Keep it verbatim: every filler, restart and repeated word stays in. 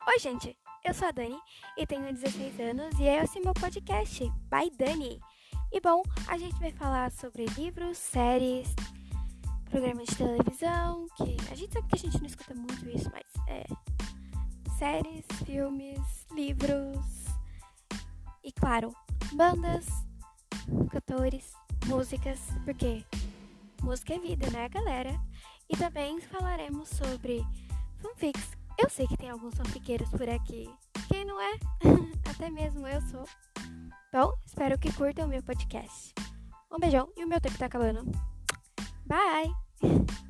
Oi, gente, eu sou a Dani e tenho dezesseis anos e esse é meu podcast, By Dani. E bom, a gente vai falar sobre livros, séries, programas de televisão, que a gente sabe que a gente não escuta muito isso, mas é séries, filmes, livros e, claro, bandas, cantores, músicas, porque música é vida, né, galera? E também falaremos sobre fanfics. Eu sei que tem alguns fanfiqueiros por aqui. Quem não é? Até mesmo eu sou. Bom, espero que curtam o meu podcast. Um beijão e o meu tempo tá acabando. Bye!